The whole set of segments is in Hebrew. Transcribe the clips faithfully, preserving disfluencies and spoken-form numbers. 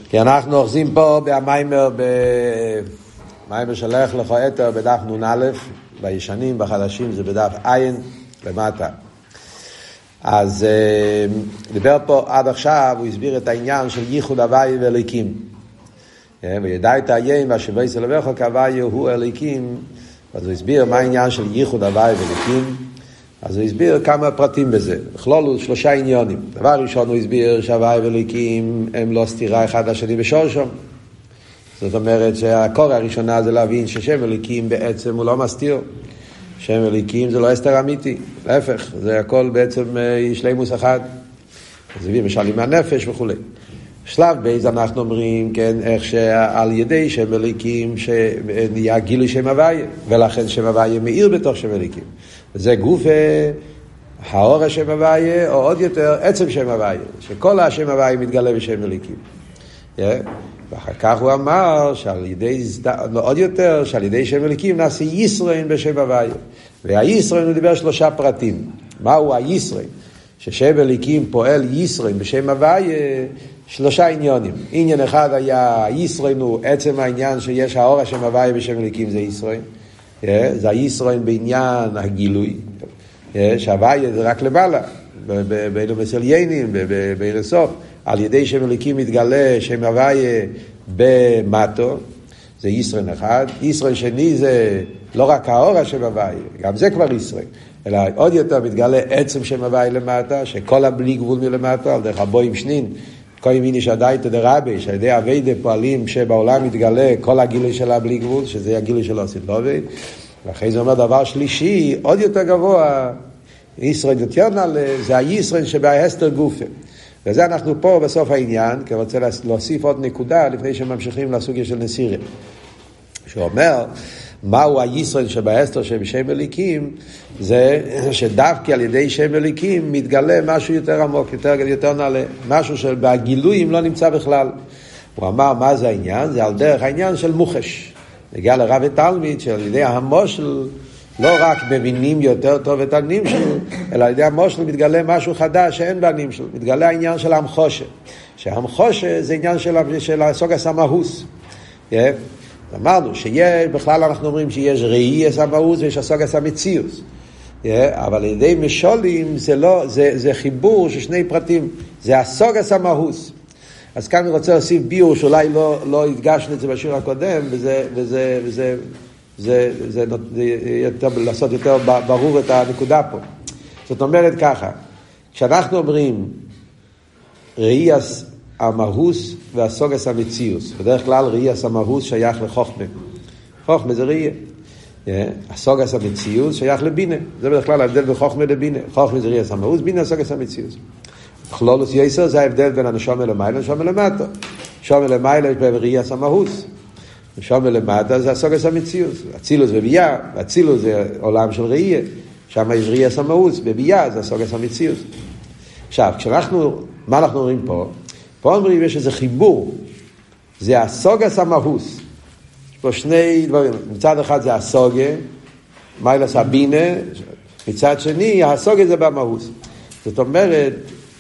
כי אנחנו אוחזים פה במיימר, במיימר שלך לך אתר בדף נון א', בישנים, בחדשים, זה בדף עין למטה. אז דיבר פה עד עכשיו, הוא הסביר את העניין של ייחוד הוואי ואליקים. וידע את העניין, והשווה אצל לבך כהוואי הוא אליקים, אז הוא הסביר מה העניין של ייחוד הוואי ואליקים. אז הוא הסביר כמה פרטים בזה. בכלול הוא שלושה עניונים. דבר ראשון הוא הסביר שהוואי ואליקים הם לא סתירה אחד לשני בשורשם. זאת אומרת שהקורא הראשונה זה להבין ששם אליקים בעצם הוא לא מסתיר. שם אליקים זה לא הסתר אמיתי. להפך, זה הכל בעצם שלמות אחד. זה הביא משל עם הנפש וכו'. שלב בייז אנחנו אומרים, כן, איך שעל ידי שם אליקים שנהיה גילוי שם הוואי, ולכן שם הוואי מאיר בתוך שם אליקים. וזה גוף האור השם הוואי, או עוד יותר עצם שם הוואי, שכל השם הוואי מתגלה בשם אליקים. Yeah. ואחר כך הוא אמר שעל ידי, עוד יותר, שעל ידי שם אליקים נעשה ישרין בשם הוואי. והישרין הוא דיבר שלושה פרטים. מהו הישרין? ששם אליקים פועל ישרין בשם הוואי, שלושה עניונים. עניין אחד היה ישרין הוא עצם העניין שיש האור השם הוואי בשם אליקים זה ישרין. Yeah. זה הישרין בעניין הגילוי. Yeah. שהוואי זה רק למעלה. באילו מסליינים, באילו סוף. על ידי שם אליקים מתגלה שם הוואי במטו, זה ישרין אחד. ישרין שני זה לא רק האור השם הוואי, גם זה כבר ישרין, אלא עוד יותר מתגלה עצם שם הוואי למטה, שכל הבלי גבול מלמטה, על דרך הבוים שנין, כל ימיני שעדיין תדרבי, שעל ידי הווידה פועלים שבעולם מתגלה כל הגילוי של הבלי גבול, שזה הגילוי של עושית לא עובד. ואחרי זה אומר דבר שלישי, עוד יותר גבוה, ישרין יותר נעלה, זה הישרין שבהסתר גופה. וזה אנחנו פה בסוף העניין, כי אני רוצה להוסיף עוד נקודה לפני שממשיכים לסוגיה של נסירים. שאומר, מהו הישרין שבהסתר שבשם אליקים, זה שדווקא על ידי שם אליקים מתגלה משהו יותר עמוק, יותר, יותר נעלה, משהו שבגילויים לא נמצא בכלל. הוא אמר, מה זה העניין? זה על דרך העניין של מוחש. נגיע לרב ותלמיד שעל ידי המושל, לא רק מבינים יותר טוב את הנמשל, אלא על ידי המושל מתגלה משהו חדש שאין בנמשל. מתגלה העניין של המחושה. שהמחושה זה עניין של, של הסוגס המהוס. Yeah. אמרנו שיש, בכלל אנחנו אומרים שיש ראי המהוס ויש הסוגס המציאוס. Yeah. אבל על ידי משולים זה, לא, זה, זה חיבור של שני פרטים. זה הסוגס המהוס. אז כאן אני רוצה להוסיף ביור שאולי לא, לא הדגשנו את זה בשיר הקודם, וזה... וזה, וזה זה, זה, זה יותר, לעשות יותר ברור את הנקודה פה. זאת אומרת ככה, כשאנחנו אומרים ראיס המהוס והסוגס המציאוס, בדרך כלל ראיס המהוס שייך לחוכמה. חוכמה זה ראייה. הסוגס המציאוס שייך לבינה. זה בדרך כלל ההבדל בין חוכמה לבינה. חוכמה זה ראיס המהוס, בינה הסוגס המציאוס. בכלולוס יסר זה ההבדל בין הנשום למעלה ונשום למטה. נשום למעלה יש בראיס המהוס. שם למטה זה הסוגס המציאוס. אצילוס ובייה, אצילוס זה עולם של ראייה, שם יש ראייה סמאוס, בבייה זה הסוגס המציאוס. עכשיו, כשאנחנו, מה אנחנו אומרים פה? פה אומרים יש איזה חיבור, זה הסוגס המהוס. יש פה שני דברים, מצד אחד זה הסוגה, מיילס הבינה, מצד שני, הסוגה זה במהוס. זאת אומרת,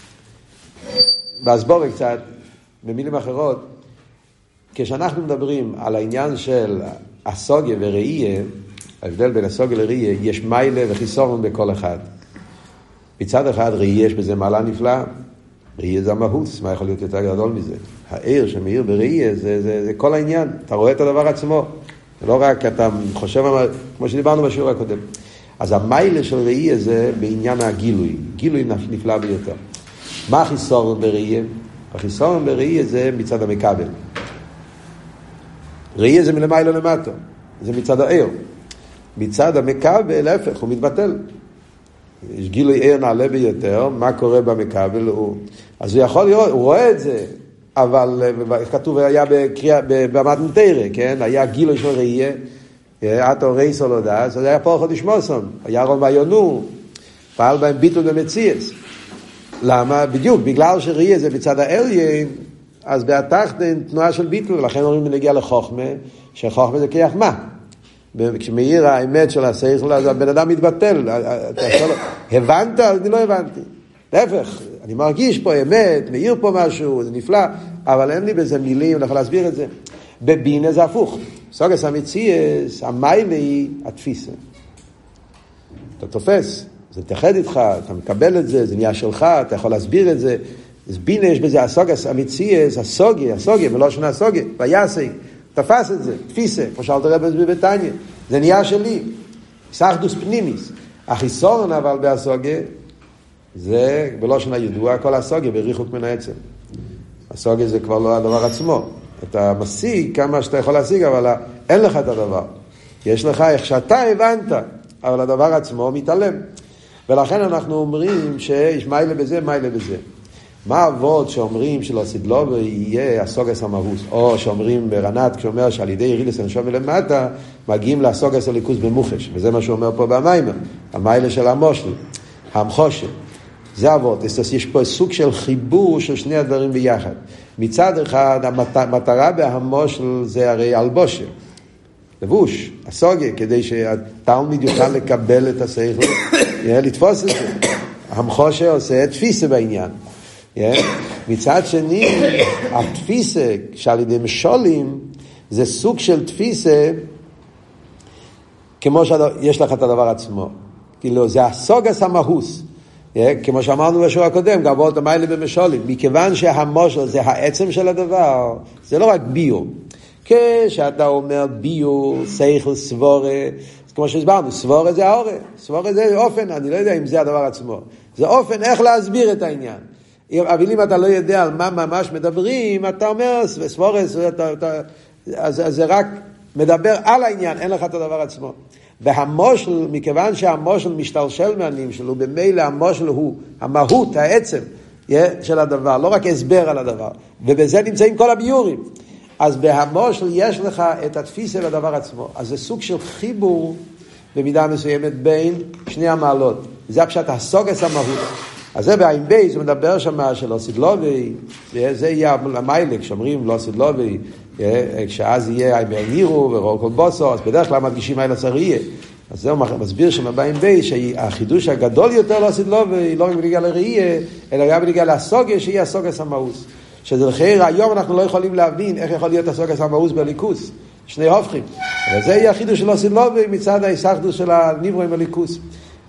בהסבור קצת, במילים אחרות, כשאנחנו מדברים על העניין של הסוגיה וראייה, ההבדל בין הסוגיה לראייה, יש מיילה וחיסורון בכל אחד. מצד אחד ראייה יש בזה מעלה נפלאה, ראייה זה המהוס, מה יכול להיות יותר גדול מזה? העיר שמאיר בראייה זה, זה, זה כל העניין, אתה רואה את הדבר עצמו, לא רק אתה חושב, כמו שדיברנו בשיעור הקודם. אז המיילה של ראייה זה בעניין הגילוי, גילוי נפלא ביותר. מה החיסורון בראייה? החיסורון בראייה זה מצד המקבל. ראייה זה מלמעלה למטה, זה מצד העיר. מצד המקבל, להפך, הוא מתבטל. יש גילוי עיר נעלה ביותר, מה קורה במקבל, הוא... אז הוא יכול לראות, הוא רואה את זה, אבל כתוב היה בקריאה, במתנתרא, כן? היה גילוי של ראייה, עתו ראי סולודס, אז היה פורחו דשמוסון, היה רום ויונו, פעל בהם ביטול במציאס. למה? בדיוק, בגלל שראייה זה מצד העליין, אז בהתחתן תנועה של ביטול, לכן אומרים נגיע לחוכמה, שחוכמה זה כיח מה? כשמאיר האמת של השכל, אז הבן אדם מתבטל. הבנת? אני לא הבנתי. להפך, אני מרגיש פה אמת, מאיר פה משהו, זה נפלא, אבל אין לי בזה מילים, אני יכול להסביר את זה. בבינה זה הפוך. סוגס המציאס, המיילה היא התפיסה. אתה תופס, זה תחד איתך, אתה מקבל את זה, זה נהיה שלך, אתה יכול להסביר את זה. אז בינה יש בזה הסוגס המציאס, הסוגיה, הסוגיה, ולא שונה הסוגיה, ויעשי, תפס את זה, תפיסה, כמו שאלת הרב בביתניה, זה נהיה שלי, סחדוס פנימיס. החיסורן אבל בהסוגיה, זה בלא שונה ידוע, כל הסוגיה בריחוק מן העצם. הסוגיה זה כבר לא הדבר עצמו. אתה משיג כמה שאתה יכול להשיג, אבל אין לך את הדבר. יש לך איך שאתה הבנת, אבל הדבר עצמו מתעלם. ולכן אנחנו אומרים שיש מיילה בזה, מיילה בזה. מה העבוד שאומרים שלא סדלו ויהיה הסוגס המהוס, או שאומרים ברנת, כשאומר שעל ידי ירידס הנשום ולמטה, מגיעים לסוגס הליכוס במוחש, וזה מה שהוא אומר פה במיימר, המיילה של המושל, המחושל. זה עבוד, יש פה סוג של חיבור של שני הדברים ביחד. מצד אחד, המטרה בהמושל זה הרי אלבושה, לבוש, הסוגיה, כדי שהתלמיד יוכל לקבל את השכל, לתפוס את זה. המחושה עושה תפיסה בעניין. מצד שני, התפיסה שעל ידי משולים, זה סוג של תפיסה, כמו שיש לך את הדבר עצמו. כאילו, זה הסוגס המהוס. כמו שאמרנו בשבוע הקודם, גבות המיילה במשולים. מכיוון שהמושל זה העצם של הדבר, זה לא רק ביו. כשאתה אומר ביו, שכל, סבורה, כמו שהסברנו, סבורה זה האורה. סבורה זה אופן, אני לא יודע אם זה הדבר עצמו. זה אופן איך להסביר את העניין. אבל אם אתה לא יודע על מה ממש מדברים, אתה אומר, סבורס, אז זה רק מדבר על העניין, אין לך את הדבר עצמו. והמושל, מכיוון שהמושל משתלשל מהנים שלו, במילא המושל הוא המהות, העצם של הדבר, לא רק הסבר על הדבר. ובזה נמצאים כל הביורים. אז בהמושל יש לך את התפיסה לדבר עצמו. אז זה סוג של חיבור במידה מסוימת בין שני המעלות. זה הפשט הסוגס המהות. אז זה בעין בייס, הוא מדבר שם של לא סדלובי, זה יהיה המיילה, כשאומרים לא סדלובי, כשאז יהיה בעין נירו ורואו כל בוסו, אז בדרך כלל מדגישים האלה צריך. אז זה הוא מסביר שם בעין בייס, שהחידוש הגדול יותר לא סדלובי, לא רק בניגע לראייה, אלא גם בניגע לסוגיה, שיהיה הסוגס המאוס. שזה לכן היום אנחנו לא יכולים להבין איך יכול להיות הסוגס המאוס בליכוס, שני הופכים. אבל זה יהיה החידוש של לא סדלובי מצד ההיסחדוש של הניברו עם הליכוס.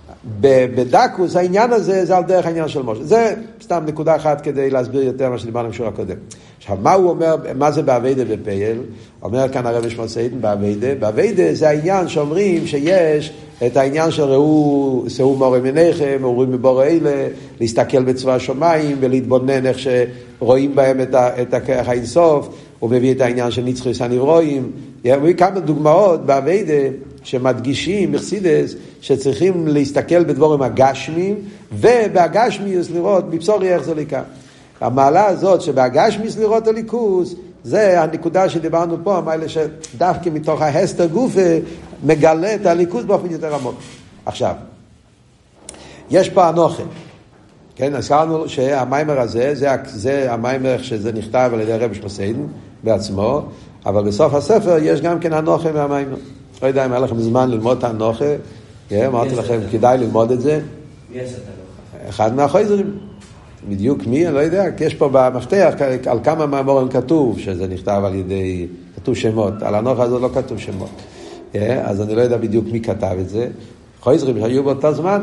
בדקוס העניין הזה זה על דרך העניין של משה. זה סתם נקודה אחת כדי להסביר יותר מה שדיברנו בשיעור הקודם. עכשיו מה הוא אומר, מה זה בעבודה בפייל? אומר כאן הרב שמואל סיידן בעבודה. בעבודה זה העניין שאומרים שיש את העניין של ראו, שאו מורים עיניכם, אומרים מבורא אלה, להסתכל בצבא השמיים ולהתבונן איך שרואים בהם את, את האינסוף. הוא מביא את העניין של נצחוס הנברואים. מביא כמה דוגמאות בעבודה שמדגישים מחסידס שצריכים להסתכל בדבורים הגשמים, ובהגשמיוס לראות בבשורי איך זה ליקה. המעלה הזאת שבהגשמיוס לראות הליכוס, זה הנקודה שדיברנו פה, המעלה שדווקא מתוך ההסתר גופה מגלה את הליכוס באופן יותר עמוק. עכשיו, יש פה אנוכה. כן, הזכרנו שהמיימר הזה, זה, זה המיימר שזה נכתב על ידי הרב שמואל סיידן בעצמו, אבל בסוף הספר יש גם כן אנוכה מהמיימר. לא יודע אם היה לכם זמן ללמוד את האנוכה, אמרתי לכם, כדאי ללמוד את זה. מי עשה את האנוכה? אחד מהחויזרים. בדיוק מי, אני לא יודע, כי יש פה במפתח על כמה מאמרים כתוב, שזה נכתב על ידי, כתוב שמות. על האנוכה הזאת לא כתוב שמות. אז אני לא יודע בדיוק מי כתב את זה. חויזרים שהיו באותו זמן,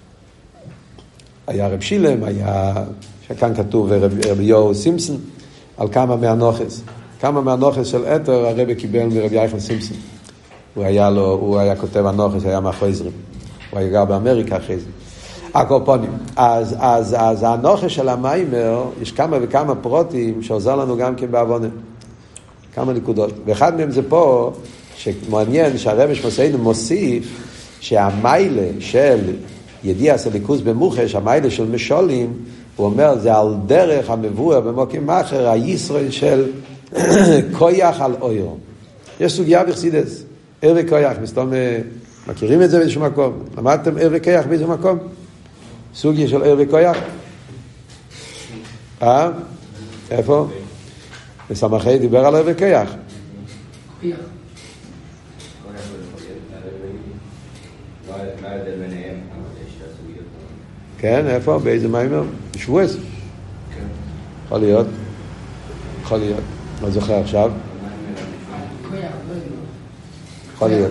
היה רב שילם, היה, שכאן כתוב רב יו סימפסון, על כמה מהאנוכס. כמה מהאנוכס של אתר הרב קיבל מרב יחל סימפסון. הוא היה לו, הוא היה כותב אנוכס, היה מהחויזרים. הוא היה גר באמריקה אחרי זה. הקורפונים. אז, אז, אז האנוכס של המיימר, יש כמה וכמה פרוטים שעוזר לנו גם כן בעוונה. כמה נקודות. ואחד מהם זה פה, שמעניין שהרב שמואל סיידן מוסיף, שהמיילה של ידיע סליקוס במוחש, המיילה של משולים, הוא אומר, זה על דרך המבואר במוקים מאחר, הישראל של כויח על אויר. יש סוגיה בחסידות. ער וכויח, מסתום מכירים את זה באיזשהו מקום? למדתם ער וכויח באיזשהו מקום? סוגיה של ער וכויח? אה? איפה? בסמכי דיבר על ער וכויח. כן, איפה? באיזה מיימר? בשבועס? כן. יכול להיות. יכול להיות. לא זוכר עכשיו. יכול להיות.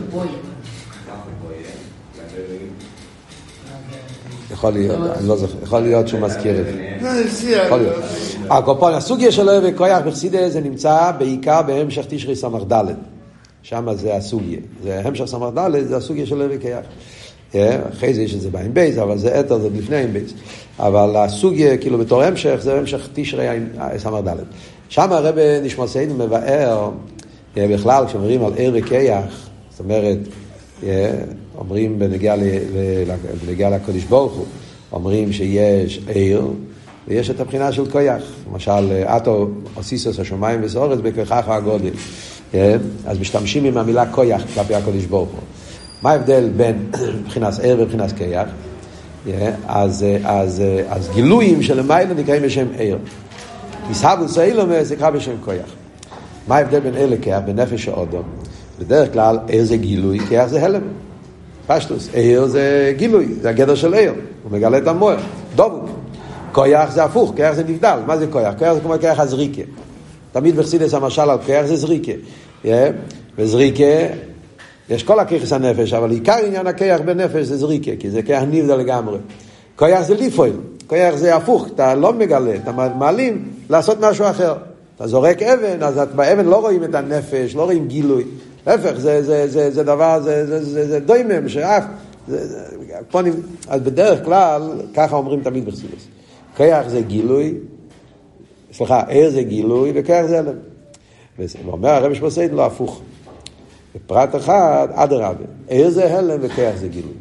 יכול להיות, אני לא זוכר. יכול להיות שהוא מזכיר את זה. יכול להיות. הקופון, הסוגיה שלו וכויח בחסידה זה נמצא בעיקר בהמשך תשרי סמך ד'. שם זה הסוגיה. זה המשך סמך ד' זה הסוגיה שלו וכויח. אחרי זה יש את זה בעין בייס, אבל זה אתר, זה לפני עין בייס. אבל הסוגיה, כאילו בתור המשך, זה המשך תשרי סמך ד'. שם הרב נשמענו מבאר, בכלל כשאומרים על ער וכיח, זאת אומרת, אומרים בנגיע, בנגיע לקודש ברוך הוא, אומרים שיש ער, ויש את הבחינה של כיח. למשל, אתו עשיסוס השמיים וסורץ בכיחך הגודל. אז משתמשים עם המילה כיח כלפי הקודש ברוך הוא. מה ההבדל בין בחינת ער ובחינת כיח? אז, אז, אז גילויים שלמעלה נקראים בשם ער. מסהבוס אילום זה נקרא בשם כיח. מה ההבדל בין ער לכיח, בנפש האדם? בדרך כלל ער זה גילוי, כיח זה הלם. פשטוס, ער זה גילוי, זה הגדר של ער. הוא מגלה את המוח, דבוק. כיח זה הפוך, כיח זה נבדל. מה זה כיח? כיח זה כמו כיח הזריקה. תמיד בחסידות המשל על כיח זה זריקה. וזריקה, יש כל הכיחס הנפש, אבל עיקר עניין הכיח בנפש זה זריקה, כי זה כיח נבדל לגמרי. כיח זה ליפויל, כיח זה הפוך, אתה לא מגלה, אתה מעלים לעשות משהו אחר. אתה זורק אבן, אז באבן לא רואים את הנפש, לא רואים גילוי. להפך, זה, זה, זה, זה דבר, זה, זה, זה, זה דוימם, שאף, זה, זה, אז בדרך כלל, ככה אומרים תמיד בחסידות. כיח זה גילוי, סליחה, ער זה גילוי, וכיח זה הלם. ואומר הרב שמסעידן לא הפוך. בפרט אחד, עד הרבה. ער זה הלם וכיח זה גילוי.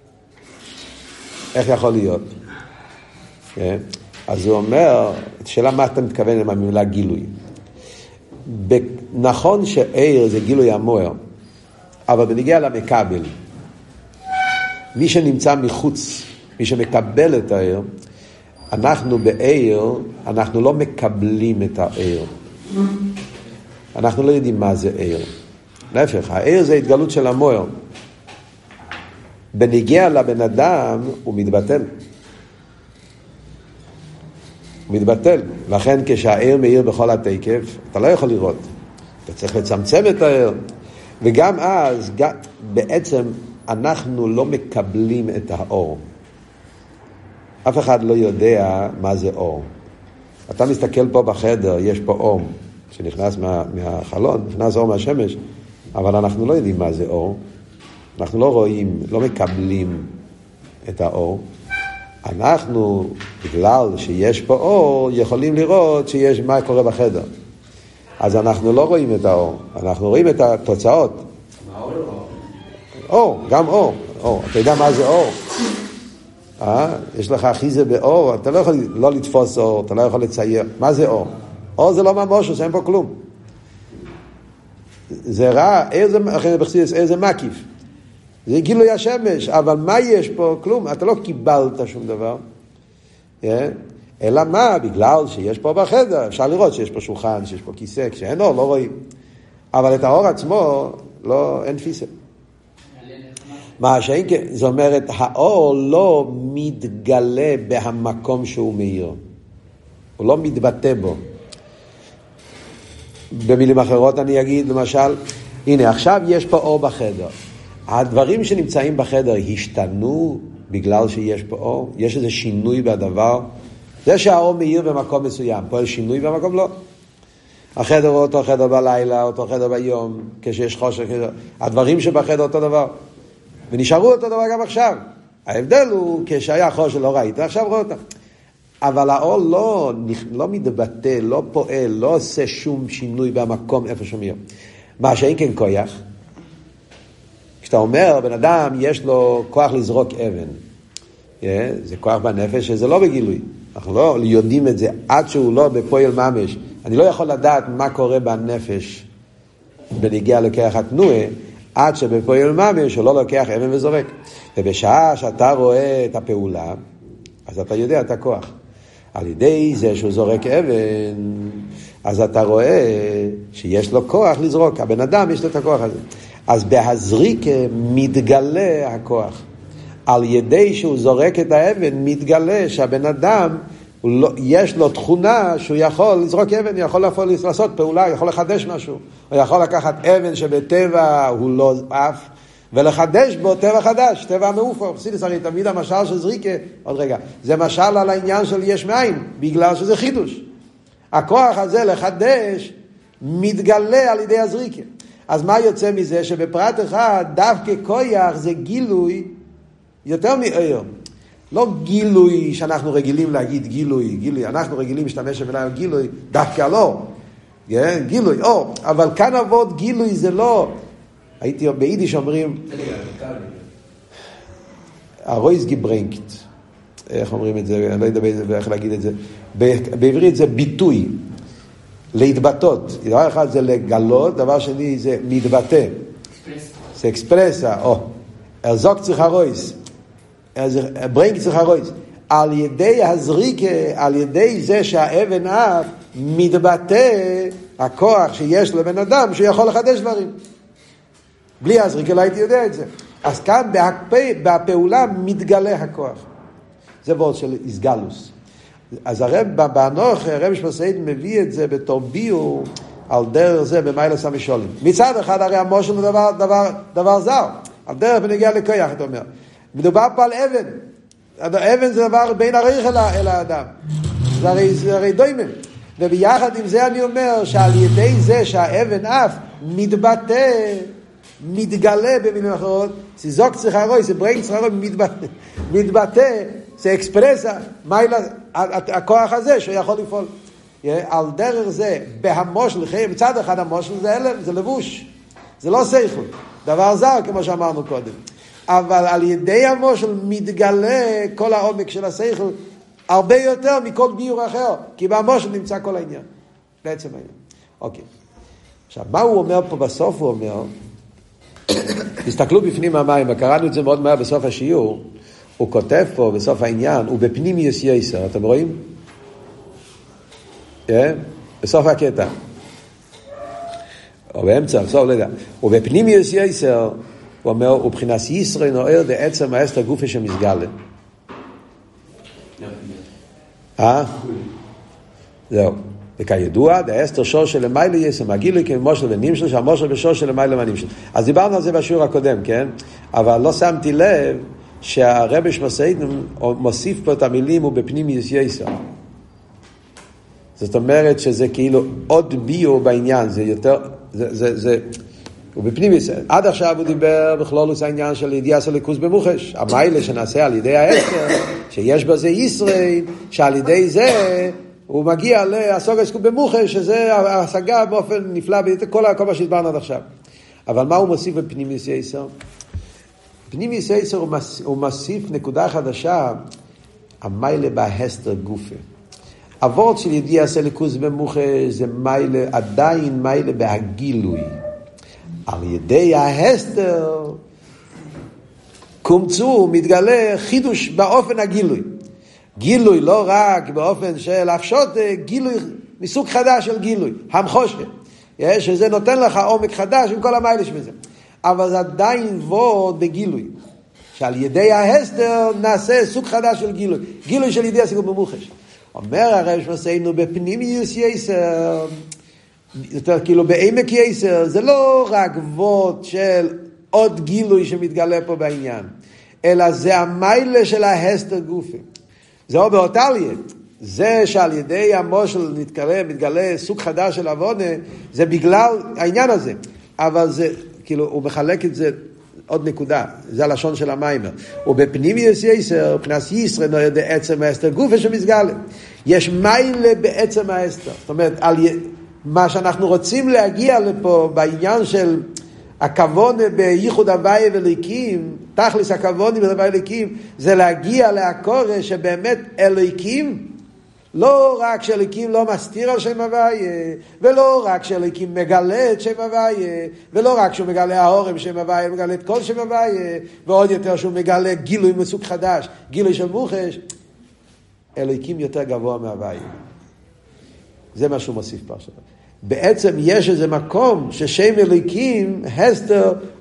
איך יכול להיות? כן? אז הוא אומר, שאלה מה אתה מתכוון עם המילה גילוי. נכון שער זה גילוי המוער, אבל בנגיע למקבל, מי שנמצא מחוץ, מי שמקבל את הער, אנחנו בער, אנחנו לא מקבלים את הער. אנחנו לא יודעים מה זה ער. להפך, הער זה התגלות של המוער. בנגיע לבן אדם הוא מתבטל. הוא מתבטל. לכן כשהער מאיר בכל התקף, אתה לא יכול לראות. אתה צריך לצמצם את הער. וגם אז, גם, בעצם אנחנו לא מקבלים את האור. אף אחד לא יודע מה זה אור. אתה מסתכל פה בחדר, יש פה אור שנכנס מה, מהחלון, נכנס אור מהשמש, אבל אנחנו לא יודעים מה זה אור. אנחנו לא רואים, לא מקבלים את האור. אנחנו, בגלל שיש פה אור, יכולים לראות שיש מה קורה בחדר. אז אנחנו לא רואים את האור, אנחנו רואים את התוצאות. מה אור? אור, גם אור. אור. אתה יודע מה זה אור? אה? יש לך אחיזה באור, אתה לא יכול לא לתפוס אור, אתה לא יכול לצייר. מה זה אור? אור זה לא ממש, אין פה כלום. זה רע, איזה, אחרי בחסידות, איזה מקיף. זה גילוי השמש, אבל מה יש פה? כלום, אתה לא קיבלת שום דבר. Yeah. אלא מה? בגלל שיש פה בחדר, אפשר לראות שיש פה שולחן, שיש פה כיסא, כשאין אור לא רואים. אבל את האור עצמו, לא, אין תפיסה. מה שאין כן, זאת אומרת, האור לא מתגלה במקום שהוא מאיר. הוא לא מתבטא בו. במילים אחרות אני אגיד, למשל, הנה, עכשיו יש פה אור בחדר. הדברים שנמצאים בחדר השתנו בגלל שיש פה אור? יש איזה שינוי בדבר? זה שהאור מאיר במקום מסוים, פועל שינוי במקום? לא. החדר הוא אותו חדר בלילה, אותו חדר ביום, כשיש חושך, הדברים שבחדר אותו דבר. ונשארו אותו דבר גם עכשיו. ההבדל הוא, כשהיה חושך לא ראית, עכשיו רואה אותם. אבל האור לא, לא מתבטא, לא פועל, לא עושה שום שינוי במקום איפה שמיר. מה שאין כן כוח, כשאתה אומר, בן אדם יש לו כוח לזרוק אבן, yeah, זה כוח בנפש שזה לא בגילוי. אנחנו לא יודעים את זה עד שהוא לא בפועל ממש. אני לא יכול לדעת מה קורה בנפש בנגיע לכוח התנועה, עד שבפועל ממש הוא לא לוקח אבן וזורק. ובשעה שאתה רואה את הפעולה, אז אתה יודע את הכוח. על ידי זה שהוא זורק אבן, אז אתה רואה שיש לו כוח לזרוק. הבן אדם יש לו את הכוח הזה. אז בהזריק מתגלה הכוח. על ידי שהוא זורק את האבן, מתגלה שהבן אדם לא, יש לו תכונה שהוא יכול לזרוק אבן, הוא יכול לפעול, לעשות פעולה, הוא יכול לחדש משהו. הוא יכול לקחת אבן שבטבע הוא לא אף, ולחדש בו טבע חדש, טבע מעופו. חסידות הרי תמיד המשל של זריקה, עוד רגע, זה משל על העניין של יש מאין, בגלל שזה חידוש. הכוח הזה לחדש מתגלה על ידי הזריקה. אז מה יוצא מזה? שבפרט אחד דווקא כוח זה גילוי יותר מאיר. לא גילוי שאנחנו רגילים להגיד גילוי, גילוי, אנחנו רגילים להשתמש במילה גילוי, דווקא לא. כן? גילוי, או, אבל כאן עבוד גילוי זה לא, הייתי ביידיש אומרים, הרויז גיברנקט, איך אומרים את זה, אני לא יודע איך להגיד את זה, בעברית זה ביטוי, להתבטאות, דבר אחד זה לגלות, דבר שני זה מתבטא, זה אקספרסה, או, הרזוק צריך הרויז, ברנקט צריך הרויז, על ידי הזריקה, על ידי זה שהאבן אף מתבטא הכוח שיש לבן אדם שיכול לחדש דברים. בלי הזריקה לא הייתי יודע את זה. אז כאן בפעולה מתגלה הכוח. זה בורד של איסגלוס. אז הרב באנוך, הרב שמסעיד מביא את זה בתור ביור על דרך זה במיילס המשולים. מצד אחד הרי המושל הוא דבר, דבר, דבר זר. על דרך בנגיע לכוח, אתה אומר. מדובר פה על אבן. אבן זה דבר בין הריח אל, אל האדם. זה הרי, זה הרי דוימן. וביחד עם זה אני אומר שעל ידי זה שהאבן אף מתבטא, מתגלה במילים אחרות, סיזוק צריך הרוי, זה ברנק צריך הרוי, מתבטא, מתבטא, זה אקספרסה, מיילה, הכוח הזה שיכול לפעול. על דרך זה, בהמושל, מצד אחד המושל זה אלם, זה לבוש, זה לא שכל, דבר זר כמו שאמרנו קודם. אבל על ידי המושל מתגלה כל העומק של השכל, הרבה יותר מכל ביור אחר, כי במושל נמצא כל העניין, בעצם העניין. אוקיי. עכשיו, מה הוא אומר פה בסוף? הוא אומר, תסתכלו בפנים המים, קראנו את זה מאוד מהר בסוף השיעור, הוא כותב פה בסוף העניין, הוא בפנימיוס יסר, אתם רואים? Yeah, בסוף הקטע. או באמצע, בסוף, לא יודע. הוא בפנימיוס יסר, הוא אומר, הוא בחינת ישראל נוער בעצם האסתר גופה שמסגלה. אה? זהו. וכידוע, האסתר שור של למעלה יסם, הגילוי כמושל ונמשל, שהמושל בשור של למעלה ונמשל. אז דיברנו על זה בשיעור הקודם, כן? אבל לא שמתי לב שהרבי שמסעיד מוסיף פה את המילים ובפנימיוס יסר. זאת אומרת שזה כאילו עוד ביו בעניין, זה יותר, זה, זה, זה, ובפנימיוס, עד עכשיו הוא דיבר בכלולוס העניין של ידיעה של ליכוז במוחש, המיילה שנעשה על ידי האסתר, שיש בזה ישראל, שעל ידי זה הוא מגיע להסוגת במוחש, שזה ההשגה באופן נפלא, כל, כל מה שהסברנו עד עכשיו. אבל מה הוא מוסיף בפנימיוס יסר? פנימיוס יסר הוא, מס, הוא מוסיף נקודה חדשה, המיילה בהסתר גופה. הוורד של ידיעה של ליכוז במוחש זה מיילה, עדיין מיילה בהגילוי. על ידי ההסתר קומצו, מתגלה חידוש באופן הגילוי. גילוי לא רק באופן של הפשוט, גילוי מסוג חדש של גילוי, המחושה. שזה נותן לך עומק חדש עם כל המיילש בזה. אבל זה עדיין וורד בגילוי. שעל ידי ההסתר נעשה סוג חדש של גילוי. גילוי של ידיעה סיגוד במוחש. אומר הרב שמסעינו בפנימיוס יסר, יותר כאילו בעמק יסר, זה לא רק וורד של עוד גילוי שמתגלה פה בעניין, אלא זה המיילה של ההסתר גופה. זה או באותליה, זה שעל ידי המושל מתגלה, מתגלה סוג חדש של עבודה, זה בגלל העניין הזה. אבל זה, כאילו, הוא מחלק את זה עוד נקודה, זה הלשון של המיימר. ובפנימיוס יסר, פנס ישראל נועד בעצם ההסתר גופה שמסגלה. יש מיילה בעצם ההסתר. זאת אומרת, על מה שאנחנו רוצים להגיע לפה בעניין של הכוונה בייחוד הוויה ואלוהיקים, תכלס הכוונה בדבר אלוהיקים, זה להגיע להקורא שבאמת אלוהיקים, לא רק שאלוהיקים לא מסתיר על שם הוויה, ולא רק שאלוהיקים מגלה את שם הוויה, ולא רק שהוא מגלה ההורם שם הוויה, הוא מגלה את כל שם הוויה, ועוד יותר שהוא מגלה גילוי מסוג חדש, גילוי של מוחש, אלוהיקים יותר גבוה מהוויה. זה מה שהוא מוסיף פה עכשיו. בעצם יש איזה מקום ששם אלוהיקים, הסתר,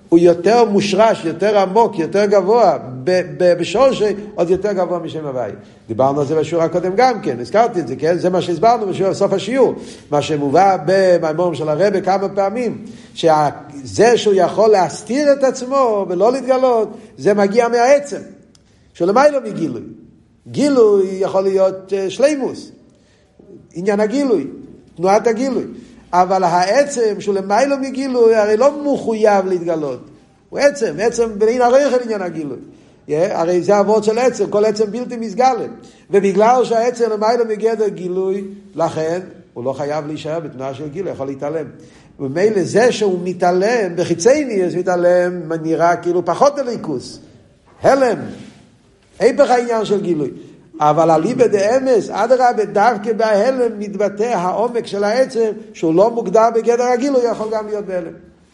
הוא יותר מושרש, יותר עמוק, יותר גבוה, בשורש עוד יותר גבוה משם הוואי. דיברנו על זה בשיעור הקודם גם כן, הזכרתי את זה, כן? זה מה שהסברנו בשיעור, בסוף השיעור. מה שמובא במימורים של הרב כמה פעמים, שזה שהוא יכול להסתיר את עצמו ולא להתגלות, זה מגיע מהעצם, שלמעלה מגילוי. גילוי יכול להיות שלימוס, עניין הגילוי, תנועת הגילוי. אבל העצם שהוא למעלה מגילוי הרי לא מחויב להתגלות. הוא עצם, עצם בלעין הרייך על עניין הגילוי. Yeah, הרי זה עבוד של עצם, כל עצם בלתי מסגלת. ובגלל שהעצם למעלה מגדר גילוי, לכן הוא לא חייב להישאר בתנועה של גילוי, יכול להתעלם. ומילא זה שהוא מתעלם, בחיצי ניאס מתעלם, נראה כאילו פחות הליכוס. הלם. היפך העניין של גילוי. אבל אליבא דאמס, אדרבה, דווקא בהלם מתבטא העומק של העצם, שהוא לא מוגדר בגדר הגילוי, יכול גם להיות בהלם.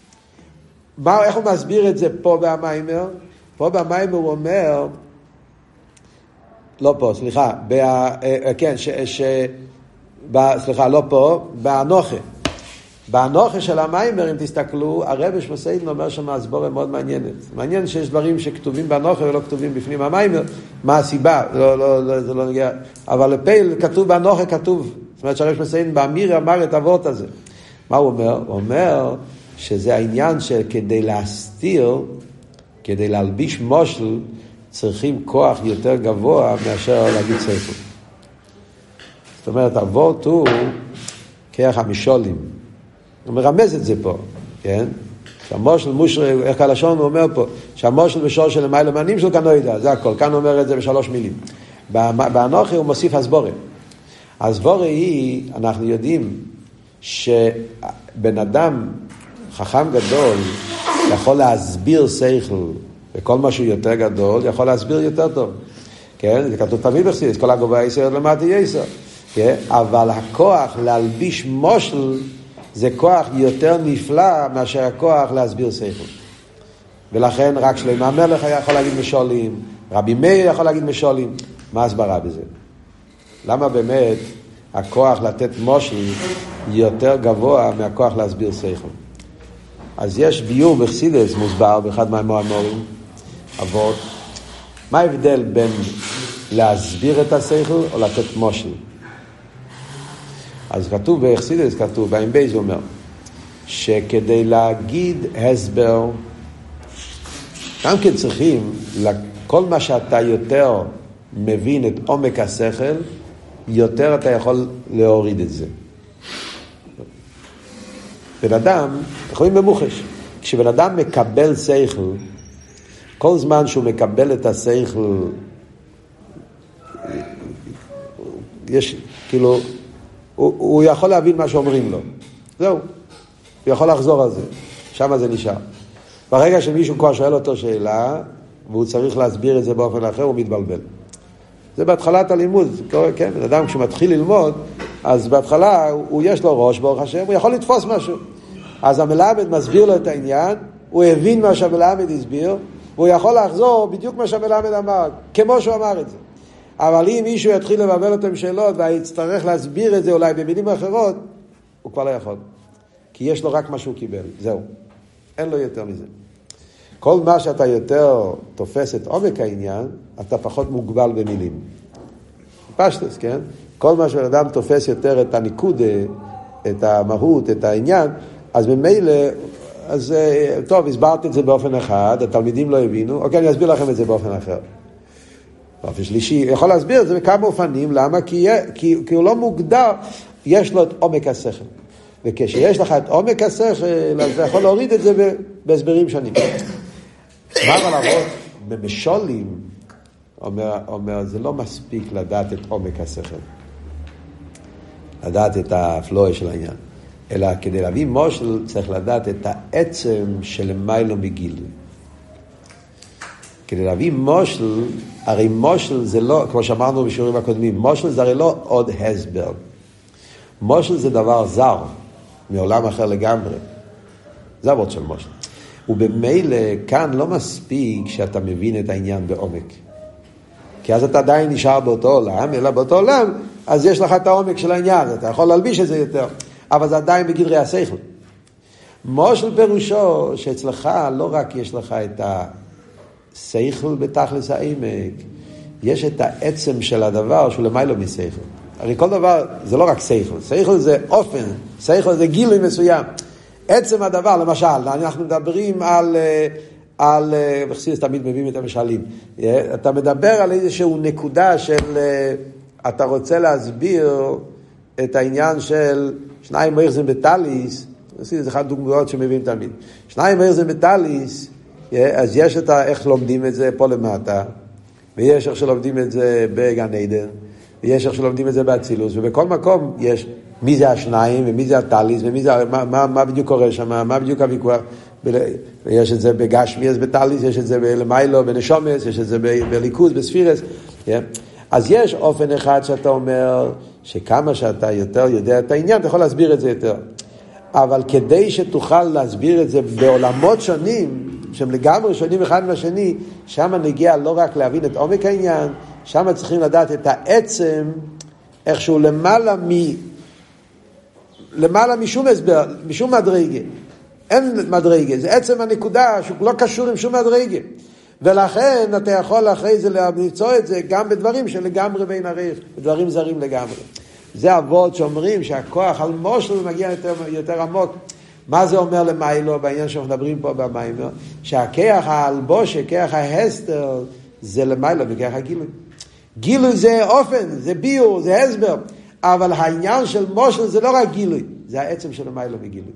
מה, איך הוא מסביר את זה פה במיימר? פה במיימר הוא אומר, לא פה, סליחה, בה, כן, ש, ש, ב, סליחה, לא פה, באנוכה. באנוכה של המיימר, אם תסתכלו, הרב שמסעידן אומר שם הסבורה מאוד מעניינת. מעניין שיש דברים שכתובים באנוכה ולא כתובים בפנים המיימר. מה הסיבה? לא, לא, לא, זה לא נגיע. אבל לפעיל כתוב באנוכה כתוב. זאת אומרת שהרב שמסעידן באמיר אמר את האבות הזה. מה הוא אומר? הוא אומר שזה העניין שכדי להסתיר, כדי להלביש מושל, צריכים כוח יותר גבוה מאשר להגיד ספר. זאת אומרת, האבות הוא כרך המשולים. הוא מרמז את זה פה, כן? שהמושל מושרי, איך הלשון הוא אומר פה, שהמושל בשור של למעלה מנים שלו כאן לא יודע, זה הכל. כאן הוא אומר את זה בשלוש מילים. באנוכי הוא מוסיף הסבורה. הסבורה היא, אנחנו יודעים, שבן אדם חכם גדול יכול להסביר שכל, וכל משהו יותר גדול יכול להסביר יותר טוב. כן? זה כתוב תמיד בחסידות, כל הגובה יסר למטה יסר. כן? אבל הכוח להלביש מושל זה כוח יותר נפלא מאשר הכוח להסביר שכל. ולכן רק שלמה המלך היה יכול להגיד משולים, רבי מאיר יכול להגיד משולים. מה הסברה בזה? למה באמת הכוח לתת מושל יותר גבוה מהכוח להסביר שכל? אז יש ביור בחסידות מוסבר באחד מהמאמרים אבות. מה ההבדל בין להסביר את השכל או לתת מושל? אז כתוב בחסידות, כתוב, באם בייז אומר, שכדי להגיד הסבר, גם כן צריכים, כל מה שאתה יותר מבין את עומק השכל, יותר אתה יכול להוריד את זה. בן אדם, יכולים במוחש, כשבן אדם מקבל שכל, כל זמן שהוא מקבל את השכל, יש, כאילו, הוא, הוא יכול להבין מה שאומרים לו. זהו. הוא יכול לחזור על זה. שם זה נשאר. ברגע שמישהו כבר שואל אותו שאלה, והוא צריך להסביר את זה באופן אחר, הוא מתבלבל. זה בהתחלת הלימוד. כן, בן אדם כשמתחיל ללמוד, אז בהתחלה הוא, הוא יש לו ראש, ברוך השם, הוא יכול לתפוס משהו. אז המלמד מסביר לו את העניין, הוא הבין מה שהמלמד הסביר, והוא יכול לחזור בדיוק מה שהמלמד אמר, כמו שהוא אמר את זה. אבל אם מישהו יתחיל לבבל אותם שאלות ויצטרך להסביר את זה אולי במילים אחרות, הוא כבר לא יכול. כי יש לו רק מה שהוא קיבל. זהו. אין לו יותר מזה. כל מה שאתה יותר תופס את עומק העניין, אתה פחות מוגבל במילים. פשטוס, כן? כל מה שאדם תופס יותר את הניקוד, את המהות, את העניין, אז ממילא, אז טוב, הסברתי את זה באופן אחד, התלמידים לא הבינו, אוקיי, אני אסביר לכם את זה באופן אחר. באופן שלישי, יכול להסביר את זה בכמה אופנים, למה? כי, כי, כי הוא לא מוגדר, יש לו את עומק השכל. וכשיש לך את עומק השכל, אז אתה יכול להוריד את זה בהסברים שונים. מה אבל לעבוד במשולים, אומר, אומר, זה לא מספיק לדעת את עומק השכל. לדעת את הפלואי של העניין. אלא כדי להביא מושל, צריך לדעת את העצם של מיילו מגיל. כדי להביא מושל, הרי מושל זה לא, כמו שאמרנו בשיעורים הקודמים, מושל זה הרי לא עוד הסבר. מושל זה דבר זר, מעולם אחר לגמרי. זה עבוד של מושל. ובמילא כאן לא מספיק שאתה מבין את העניין בעומק. כי אז אתה עדיין נשאר באותו עולם, אלא באותו עולם, אז יש לך את העומק של העניין, אתה יכול להלביש את זה יותר. אבל זה עדיין בגדרי השכל. מושל פירושו שאצלך לא רק יש לך את השכל בתכלס העמק, יש את העצם של הדבר שהוא למיילו משכל. הרי כל דבר זה לא רק שכל, שכל זה אופן, שכל זה גילוי מסוים. עצם הדבר, למשל, אנחנו מדברים על, על, בחסידות תמיד מביאים את המשלים, אתה מדבר על איזשהו נקודה של, אתה רוצה להסביר את העניין של שניים מייחזים בטליס, זה אחד דוגמאות שמביאים תמיד. שניים מייחזים בטליס, אז יש את איך לומדים את זה פה למטה, ויש איך שלומדים את זה בגן עדן, ויש איך שלומדים את זה באצילוס, ובכל מקום יש מי זה השניים, ומי זה הטליס, ומי זה, מה, מה, מה בדיוק קורה שם, מה בדיוק הוויכוח. יש את זה בגשמיאס, בטליס, יש את זה בלמיילו, בנשומס, יש את זה בליכוז, בספירס. אז יש אופן אחד שאתה אומר, שכמה שאתה יותר יודע את העניין, אתה יכול להסביר את זה יותר. אבל כדי שתוכל להסביר את זה בעולמות שונים, שהם לגמרי שונים אחד מהשני, שם נגיע לא רק להבין את עומק העניין, שם צריכים לדעת את העצם, איכשהו למעלה מ... למעלה משום הסבר, משום מדרגה. אין מדרגה, זה עצם הנקודה שהוא לא קשור עם שום מדרגה. ולכן אתה יכול אחרי זה למצוא את זה גם בדברים שלגמרי בין ערך, בדברים זרים לגמרי. זה אבות שאומרים שהכוח על מושל מגיע יותר, יותר עמוק. מה זה אומר למיילו בעניין שאנחנו מדברים פה במיימר? שהכיח האלבוש, כיח ההסתר, זה למיילו בכיח הגילוי. גילוי זה אופן, זה ביור, זה הסבר. אבל העניין של מושל זה לא רק גילוי, זה העצם של למיילו מגילוי.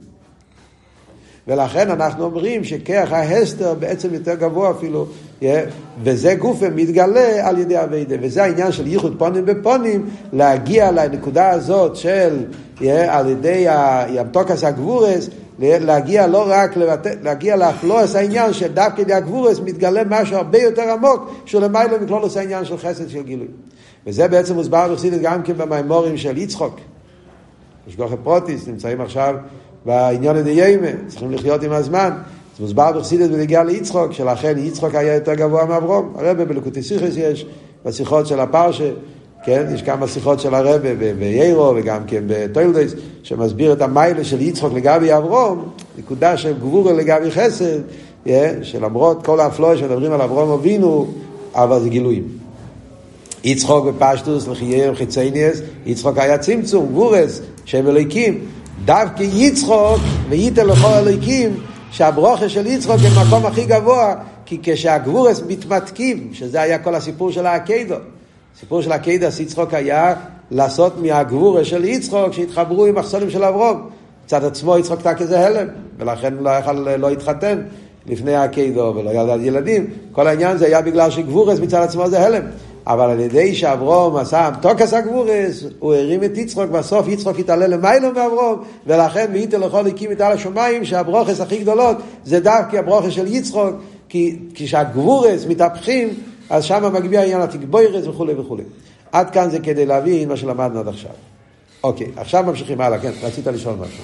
ולכן אנחנו אומרים שכיח ההסתר בעצם יותר גבוה אפילו, וזה גופה מתגלה על ידי הווידה, וזה העניין של ייחוד פונים בפונים, להגיע לנקודה הזאת של, על ידי המתוקס הגבורס, להגיע לא רק, להגיע לאפלוס העניין שדווקא ידי הגבורס מתגלה משהו הרבה יותר עמוק, שלמיילו מכלולוס העניין של חסד של גילוי. וזה בעצם מוסבר בחסידות גם כן במיימורים של יצחוק. משגוח פרוטיס נמצאים עכשיו בעניין הדיימה, צריכים לחיות עם הזמן. זה מוסבר בחסידות ונגיע ליצחוק, שלכן יצחוק היה יותר גבוה מאברום. הרב בליקוטי שיחס יש, בשיחות של הפרשה, כן? יש כמה שיחות של הרב ביירו וגם כן בטוילדס, שמסביר את המיילה של יצחוק לגבי אברום, נקודה של גבורה לגבי חסד, שלמרות כל האפלואה שמדברים על אברום אבינו, אבל זה גילויים. יצחוק בפשטוס לחייהם חיצייניאס, יצחוק היה צמצום, גבורס, שם אלוהיקים, דווקא יצחוק וייתן לכל אלוהיקים, שהברוכה של יצחוק היא מקום הכי גבוה, כי כשהגבורס מתמתקים, שזה היה כל הסיפור של העקדו, הסיפור של העקדס, יצחוק היה לעשות מהגבורה של יצחוק שהתחברו עם מחסונים של אברום. מצד עצמו יצחוק תק איזה הלם, ולכן לא יכל לא התחתן לפני העקדו ולא ילד ילדים. כל העניין זה היה בגלל שגבורס מצד עצמו זה הלם. אבל על ידי שאברום עשה תוקס הגבורס, הוא הרים את יצחוק, בסוף יצחוק התעלה למיילו מאברום, ולכן וייתן לכל הקים את על השמיים, שהברוכס הכי גדולות זה דווקא הברוכס של יצחוק, כי כשהגבורס מתהפכים, אז שם מגביע העניין התגבוירס וכו' וכו'. עד כאן זה כדי להבין מה שלמדנו עד עכשיו. אוקיי, עכשיו ממשיכים הלאה, כן, רצית לשאול משהו.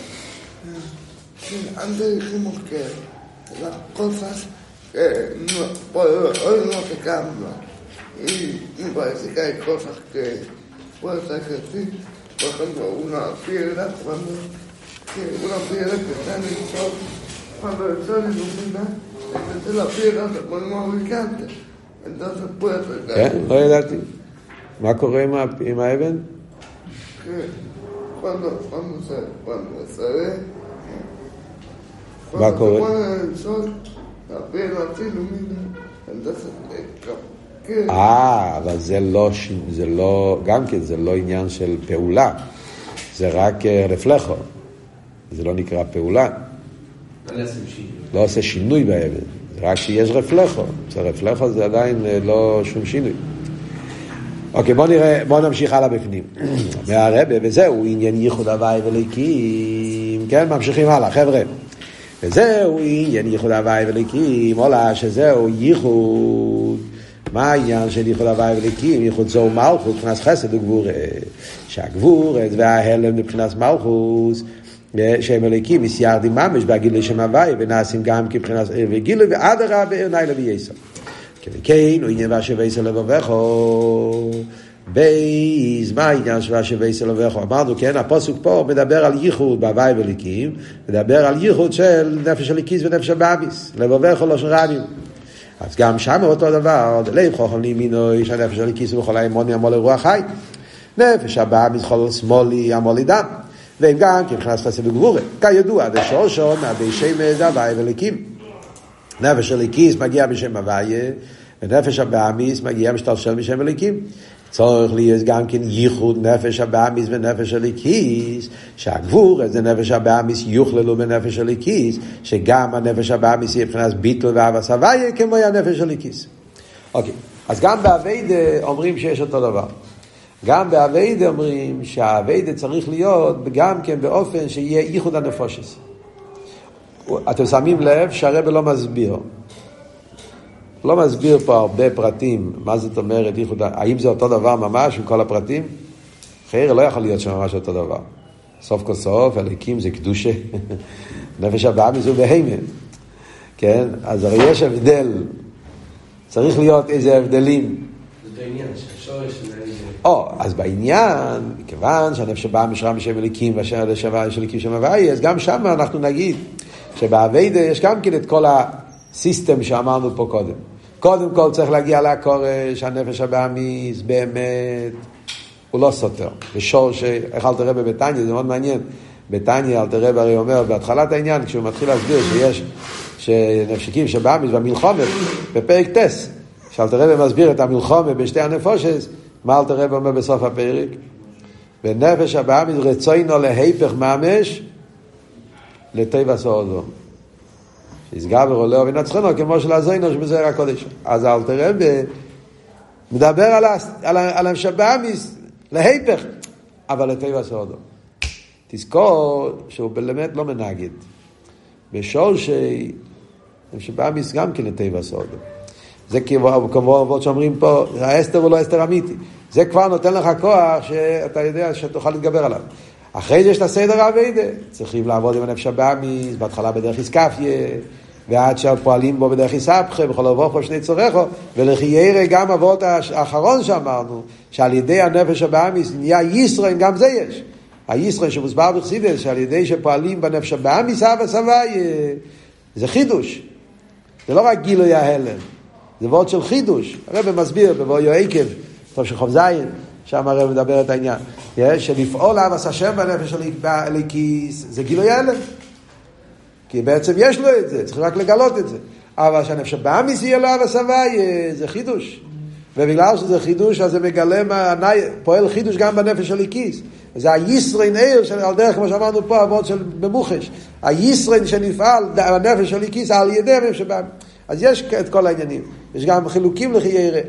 Antes dijimos que las cosas que no, hoy no se cambian y me parece que hay cosas que puedes ejercer, por ejemplo una piedra, cuando que una piedra que está en el sol, cuando el sol ilumina, entonces la piedra se pone más brillante. entonces puede ser כן, לא ידעתי. מה קורה עם האבן? cuando cuando se cuando se ve מה קורה? cuando se pone el sol la piedra se ilumina entonces אה, אבל זה לא, זה לא, גם כן זה לא עניין של פעולה, זה רק רפלחו, זה לא נקרא פעולה, לא עושה שינוי באבן, זה רק שיש רפלחו, זה רפלחו זה עדיין לא שום שינוי. אוקיי, בוא נראה, בוא נמשיך הלאה בפנים. מהרבא, וזהו עניין ייחוד הוואי וליקים, כן, ממשיכים הלאה, חבר'ה. וזהו עניין ייחוד הוואי וליקים, עולה שזהו ייחוד. מה העניין של ייחוד הוואי וליקים? ייחוד זו מלכות, מבחינת חסד וגבורה. שהגבורה וההלם מבחינת מלכות, שהם אלוהיקים, מסיירדים ממש בהגילוי שם הוואי, ונעשים גם כבחינת וגילוי, ואדרה בעיני לוי יסר. כן, הוא עניין והשב יסר לבבך, בייס, מה העניין שווה שבייס אלוהיך? אמרנו, כן, הפסוק פה מדבר על ייחוד בהווי וליקים, מדבר על ייחוד של נפש הליקיס ונפש הבאמיס, לבביך לא של רבים. אז גם שם אותו דבר, לב חוכם לימינו, שהנפש הליקיס וכל האמוני עמול לרוח חי. נפש הבאמיס חול שמאלי עמול לדם. והם גם כי מבחינת חסד וגבורה. כידוע, דשורשו מעדי שמש הווי וליקים. נפש הליקיס מגיע בשם הוויה, ונפש הבאמיס מגיע משתלשל משם הליקים. צורך לי יש גם כן ייחוד נפש הבאמיס ונפש הליקיס, שהגבור זה נפש הבאמיס יוכללו בנפש הליקיס, שגם הנפש הבאמיס יהיה מבחינת ביטול ואהבת הוויה כמו הנפש הליקיס. אוקיי, אז גם בעבודה אומרים שיש אותו דבר. גם בעבודה אומרים שהעבודה צריך להיות גם כן באופן שיהיה ייחוד הנפושס. אתם שמים לב שהרב לא מסביר. לא מסביר פה הרבה פרטים, מה זאת אומרת ייחוד, האם זה אותו דבר ממש עם כל הפרטים? אחר לא יכול להיות שממש אותו דבר. סוף כל סוף, הליקים זה קדושה. נפש הבאמיס הוא בהימן. כן? אז הרי יש הבדל. צריך להיות איזה הבדלים. זה בעניין, שהשורש של העניין. או, אז בעניין, מכיוון שהנפש הבאמיס רם בשם הליקים, והשם יש הליקים שם הוואי, אז גם שם אנחנו נגיד, שבעבודה יש גם כן את כל הסיסטם שאמרנו פה קודם. קודם כל צריך להגיע לקורש, הנפש הבאמיס באמת, הוא לא סותר. ושור שאיך אל תראה בבטניה, זה מאוד מעניין. בטניה אל תראה הרי אומר, בהתחלת העניין, כשהוא מתחיל להסביר שיש שנפשקים שבאמיס והמלחומת, בפרק טס, שאל תראה ומסביר את המלחומת בשתי הנפושס, מה אל תראה ואומר בסוף הפרק? ונפש הבאמיס רצוינו להיפך ממש, לטבע סעודו. שיסגבר עולה ונצחנו כמו של הזינו שבזוהר הקודש. אז אל תראה מדבר על, על, על המשבאמיס להיפך, אבל לטבע סעודו. תזכור שהוא באמת לא מנגד. בשור שהמשבאמיס גם כן לטבע סעודו. זה כמו עבוד שאומרים פה, האסתר הוא לא אסתר אמיתי. זה כבר נותן לך כוח שאתה יודע שתוכל להתגבר עליו. אחרי זה יש את הסדר העבודה. צריכים לעבוד עם הנפש הבאמיס, בהתחלה בדרך איסקפיה, ועד שפועלים בו בדרך איסבכה, בכל עבור פה שני צורךו, ולחיירה גם עבוד האחרון שאמרנו, שעל ידי הנפש הבאמיס נהיה ישרן, גם זה יש. הישרן שמוסבר בחסידות, שעל ידי שפועלים בנפש הבאמיס, אבא סבי, זה חידוש. זה לא רק גילוי ההלם, זה עבוד של חידוש. הרב מסביר בבוא יועקב, טוב שחוב זין, שם הרב מדבר את העניין. שלפעול אבס השם בנפש הליקיס, זה גילוי הלם. כי בעצם יש לו את זה, צריך רק לגלות את זה. אבל שהנפש הבאמיס יהיה לו אבס הווי, זה חידוש. ובגלל שזה חידוש, אז זה מגלה, פועל חידוש גם בנפש הליקיס. זה הישרין עיר, על דרך כמו שאמרנו פה, עבוד של במוחש. הישרין שנפעל בנפש הליקיס על ידי הנפש הבאמיס. אז יש את כל העניינים. יש גם חילוקים לחיירה.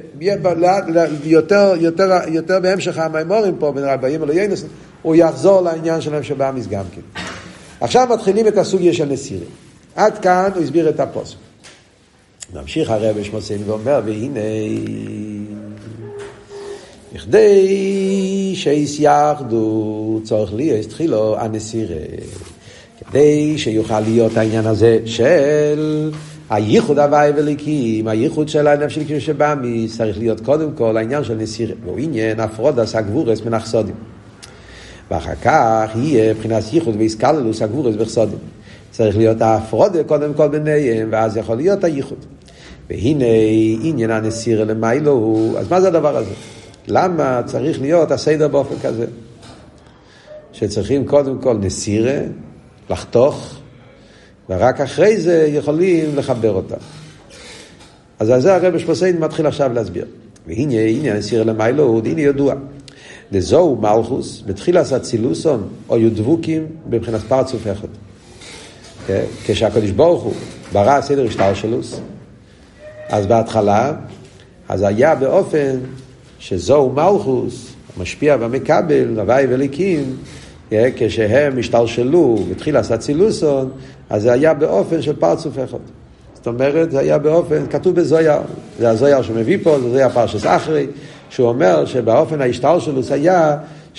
יותר, יותר, יותר בהמשך המיימורים פה, בין רבאים אלו ינס, הוא יחזור לעניין שלהם שבאמיס גם כן. עכשיו מתחילים את הסוגיה של נסירים. עד כאן הוא הסביר את הפוסק. ממשיך הרב שמוסין ואומר, והנה, בכדי שיסייחדו צורך לי יש תחילו הנסירה. כדי שיוכל להיות העניין הזה של הייחוד הווי וליקים, הייחוד של הנפש הליקים שבאמיס, צריך להיות קודם כל העניין של נסירה. והוא עניין הפרודס הגבורס מן החסודים. ואחר כך יהיה מבחינת ייחוד והסקללוס הגבורס בחסודים. צריך להיות ההפרודה קודם כל ביניהם, ואז יכול להיות הייחוד. והנה עניין הנסירה למיילו הוא, אז מה זה הדבר הזה? למה צריך להיות הסדר באופן כזה? שצריכים קודם כל נסירה, לחתוך, ורק אחרי זה יכולים לחבר אותה. אז על זה הרב שפוסיין מתחיל עכשיו להסביר. והנה עניין הנסירה למיילו הוא, הנה ידוע. דזו מלכוס, בתחילת הצילוסון, או יודבוקים בבחינת פרצוף אחד. כשהקדוש ברוך הוא ברא סדר השתלשלוס, אז בהתחלה, אז היה באופן שזו מלכוס, משפיע במקבל, הווי וליקים, כשהם השתלשלו בתחילת הצילוסון, אז זה היה באופן של פרצוף אחד. זאת אומרת, זה היה באופן, כתוב בזויר, זה הזויר שמביא פה, זה זויר פרשס אחרי, שהוא אומר שבאופן ההשתלשלוס היה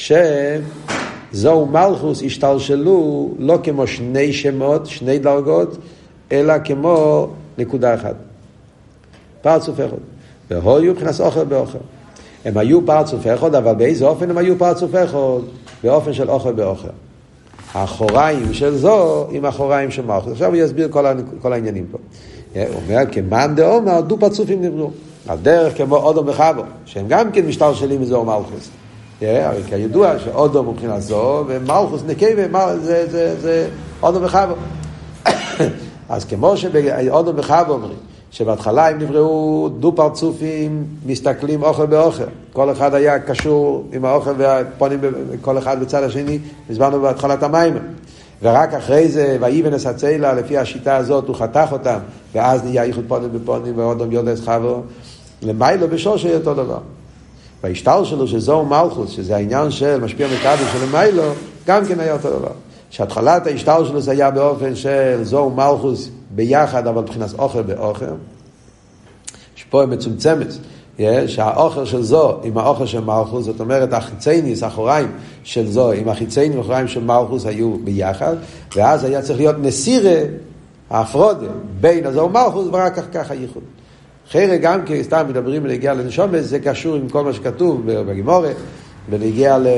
שזו מלכוס השתלשלו לא כמו שני שמות, שני דרגות, אלא כמו נקודה אחת. פרצוף אחד. והויו כנס אוכל באוכל. הם היו פרצוף אחד, אבל באיזה אופן הם היו פרצוף אחד? באופן של אוכל באוכל. האחוריים של זו עם האחוריים של מלכוס. עכשיו הוא יסביר כל, כל העניינים פה. הוא אומר, כמאן דאמר, דו פרצופים נבראו. על דרך כמו אודום וחבו, שהם גם כן משטר שלי מזו מלכוס. הרי כידוע שאודום הוא מבחינת זו, ומלכוס נקבה, זה, זה, זה אודום וחבו. אז כמו שבאודום וחבו אומרים, שבהתחלה הם נבראו דו פרצופים, מסתכלים אוכל באוכל. כל אחד היה קשור עם האוכל והפונים כל אחד בצד השני, הסברנו בהתחלת המים. ורק אחרי זה, ויבנס הצלע, לפי השיטה הזאת, הוא חתך אותם, ואז נהיה איחוד פונים בפונים, ואודום יודס חבו, למיילו בשורש היה אותו דבר. וההשתל שלו, שזו מלכוס, שזה העניין של משפיע מקבל של למיילו, גם כן היה אותו דבר. שהתחלת ההשתל שלו זה היה באופן של זו מלכוס ביחד, אבל מבחינת אוכל באוכל. שפה היא מצומצמת, שהאוכל של זו עם האוכל של מלכוס, זאת אומרת החיצייניס, האחוריים של זו עם החיציינים והאחוריים של מלכוס היו ביחד, ואז היה צריך להיות נסירה, ההפרודה, בין הזו ומלכוס, ורק כך כך הייחוד. אחרי גם כי סתם מדברים בנגיע לנשומס, זה קשור עם כל מה שכתוב בגימורה, בנגיע ל...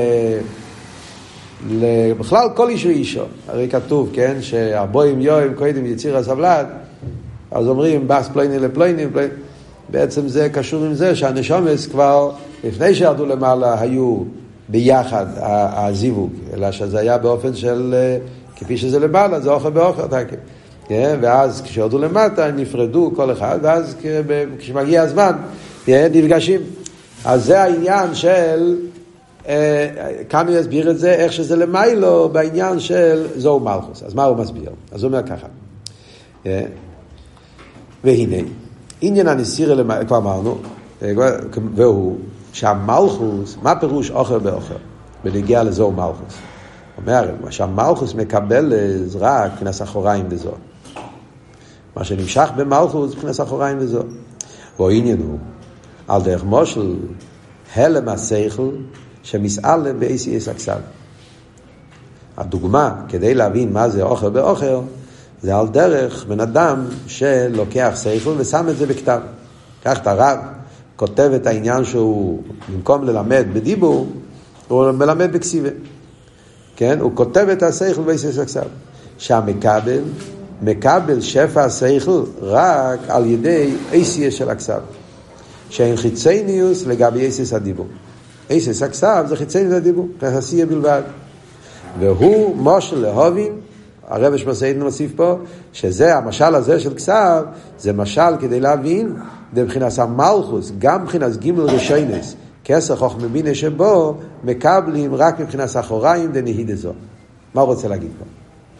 בכלל כל איש ואישו. הרי כתוב, כן, שהרבוים יוים קודם יציר הסבלת, אז אומרים בס פלייני לפלייני, פלייני. בעצם זה קשור עם זה שהנשומס כבר לפני שירדו למעלה היו ביחד הזיווג, אלא שזה היה באופן של כפי שזה למעלה, זה אוכל באוכל, כן? ואז כשירדו למטה נפרדו כל אחד, ואז כשמגיע הזמן נפגשים. אז זה העניין של כאן הוא יסביר את זה, איך שזה למיילו בעניין של זו מלכוס. אז מה הוא מסביר? אז הוא אומר ככה, והנה עניין הנסירה למיילו, כבר אמרנו, והוא שהמלכוס, מה פירוש אוכל באוכל בנגיע לזו מלכוס? אומר, מה שהמלכוס מקבל זה רק כנס אחוריים לזו. מה שנמשך במלכוס כנס אחוריים לזו. והעניין הוא על דרך מושל הלם השכל שמסעלם באיסי אס אקסל. הדוגמה, כדי להבין מה זה אוכל באוכל, זה על דרך בן אדם שלוקח שכל ושם את זה בכתב. כך את הרב כותב את העניין שהוא, במקום ללמד בדיבור, הוא מלמד בכסיבה. כן? הוא כותב את השכל באיסי אס אקסל. שהמקבל, מקבל שפע השכל רק על ידי איסי של אקסל. שאין חיצייניוס לגבי איסי הדיבור. איסס הכסף זה חיצייני לדיבור, כעשייה בלבד. והוא מושל להובין, הרב שמסעידנו מוסיף פה, שזה המשל הזה של כסף, זה משל כדי להבין, מבחינת המלכוס, גם מבחינת גימל רשיינס, כסר חוכמה בינה שבו, מקבלים רק מבחינת האחוריים דנהיד הזו. מה הוא רוצה להגיד פה?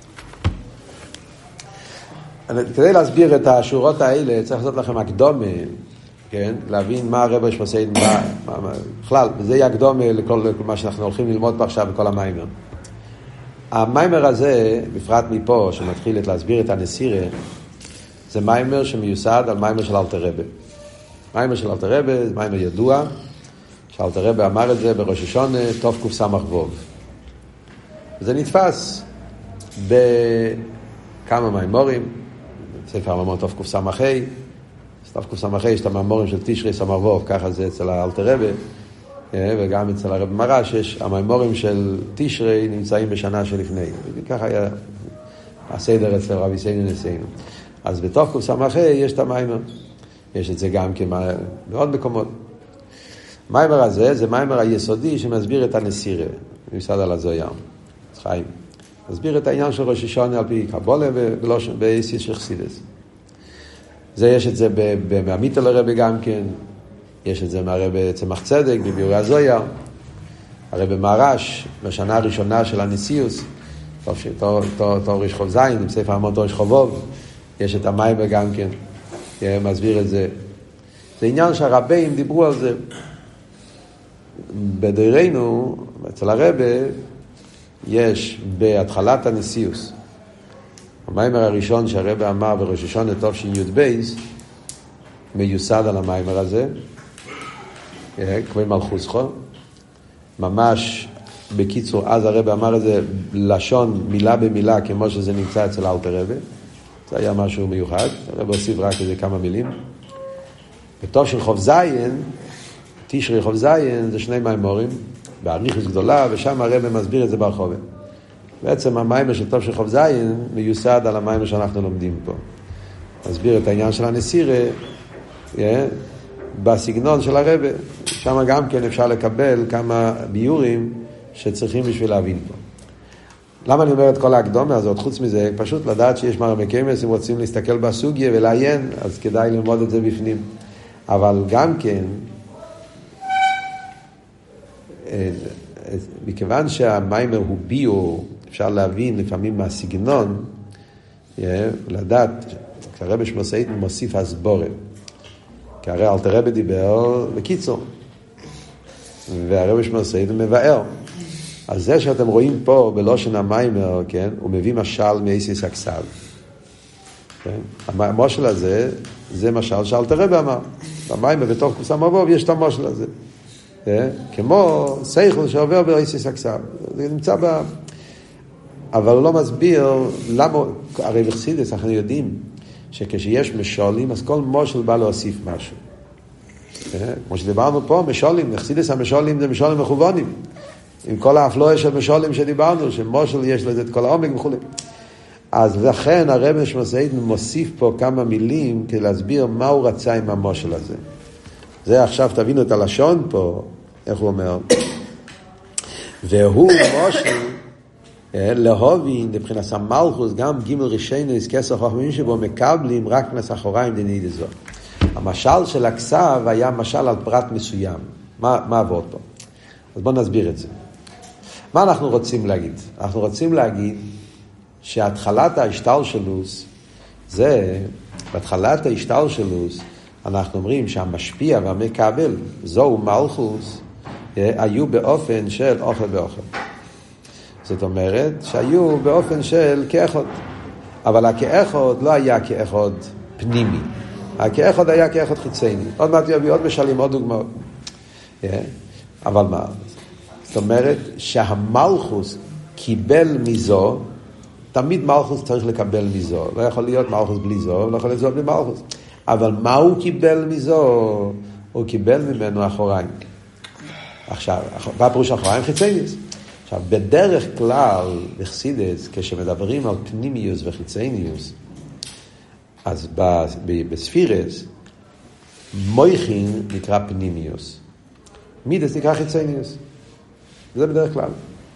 כדי להסביר את השורות האלה, צריך לעשות לכם הקדומה, כן? להבין מה הרב שמסעיד, מה, מה, מה, בכלל, וזה יהיה הקדומה לכל, לכל מה שאנחנו הולכים ללמוד פה עכשיו בכל המיימר. המיימר הזה, בפרט מפה, שמתחיל להסביר את הנסירה, זה מיימר שמיוסד על מיימר של אלתר רבי. מיימר של אלתר רבי, זה מיימר ידוע, שאלתר רבי אמר את זה בראש השונה, תוף קוף סמך ווב. זה נתפס בכמה מיימורים, ספר הממון תוף קוף סמך ה', תוף קוף סמך ה' יש את המיימורים של תשרי סמך ווב, ככה זה אצל האלתר רבי, וגם אצל הרב מרש יש, המיימורים של תשרי נמצאים בשנה שלפני. וככה היה הסדר אצל רבי סיינו נסיינו. אז בתוך קוף סמך יש את המיימר. יש את זה גם בעוד מקומות. המיימר הזה זה מיימר היסודי שמסביר את הנסירה. מיוסד על הזויר. חיים. מסביר את העניין של ראש השונה על פי קבולה ובאיסיס של חסידס. זה יש את זה במאמיתא לרבי גם כן. יש את זה מהרבי צמח צדק, בביורי הזויר, הרבי מרש, בשנה הראשונה של הניסיוס, תור ראש חוב זין, עם ספר המון תור ראש חובוב, יש את המיימר גם כן, מסביר את זה. זה עניין שהרבים דיברו על זה. בדורנו, אצל הרבי, יש בהתחלת הניסיוס, המיימר הראשון שהרבי אמר בראש השונה תש"י בייס, מיוסד על המיימר הזה, כמו מלכוסכו, ממש בקיצור, אז הרב אמר את זה לשון מילה במילה כמו שזה נמצא אצל אלתר רבי. זה היה משהו מיוחד, הרב הוסיף רק איזה כמה מילים. בתור של חוב זין תשרי חוב זין זה שני מיימורים, באריכות גדולה, ושם הרב מסביר את זה ברחובה. בעצם המיימר של טוב של חוב זין מיוסד על המיימר שאנחנו לומדים פה. מסביר את העניין של הנסירה, yeah, בסגנון של הרב, שם גם כן אפשר לקבל כמה ביורים שצריכים בשביל להבין פה. למה אני אומר את כל ההקדומה הזאת? חוץ מזה, פשוט לדעת שיש מרמי קיימס, אם רוצים להסתכל בסוגיה ולעיין, אז כדאי ללמוד את זה בפנים. אבל גם כן, מכיוון שהמיימר הוא ביו, אפשר להבין לפעמים מהסגנון, לדעת, כרבש מסעית מוסיף הסבורה. כי הרי אלתר רבי דיבר בקיצור, והרבש מסעית מבאר. אז זה שאתם רואים פה בלושן המיימר, כן, הוא מביא משל מאיסיס הכסב. כן? המשל הזה, זה משל שאלתר רבי אמר. במיימר בתוך כוסם מבוא, יש את המשל הזה. כן? כמו סייכל שעובר באיסיס הכסב. זה נמצא ב... אבל הוא לא מסביר למה, הרי בחסידות אנחנו יודעים שכשיש משולים, אז כל משל בא להוסיף משהו. כמו שדיברנו פה, משולים, בחסידות המשולים זה משולים מכוונים. עם כל האפלואה של משולים שדיברנו, שמושל יש לזה את כל העומק וכו'. אז לכן הרב מסעיד מוסיף פה כמה מילים כדי להסביר מה הוא רצה עם המשל הזה. זה עכשיו תבינו את הלשון פה, איך הוא אומר. והוא משל להובין מבחינת המלכוס, גם ג' רישיינס כסר חכמים שבו מקבלים רק כנס אחוריים דניד זו. המשל של הכסב היה משל על פרט מסוים. מה, מה עבוד פה? אז בואו נסביר את זה. מה אנחנו רוצים להגיד? אנחנו רוצים להגיד שהתחלת ההשתלשלוס זה, בהתחלת ההשתלשלוס אנחנו אומרים שהמשפיע והמקבל זו מלכוס היו באופן של אוכל באוכל. זאת אומרת שהיו באופן של כאחד. אבל הכאחד לא היה כאחד פנימי. הכאחד היה כאחד חיצייני. עוד מעט יביא עוד משלים, עוד דוגמאות. אבל מה? זאת אומרת שהמלכוס קיבל מזו, תמיד מלכוס צריך לקבל מזו. לא יכול להיות מלכוס בלי זו, לא יכול להיות זו בלי מלכוס. אבל מה הוא קיבל מזו? הוא קיבל ממנו אחוריים. עכשיו, מה פירוש אחוריים? חיצייניס. עכשיו, בדרך כלל, בחסידות, כשמדברים על פנימיוס וחיצייניוס, אז בספירס, מויכין נקרא פנימיוס. מידס נקרא חיצייניוס. זה בדרך כלל.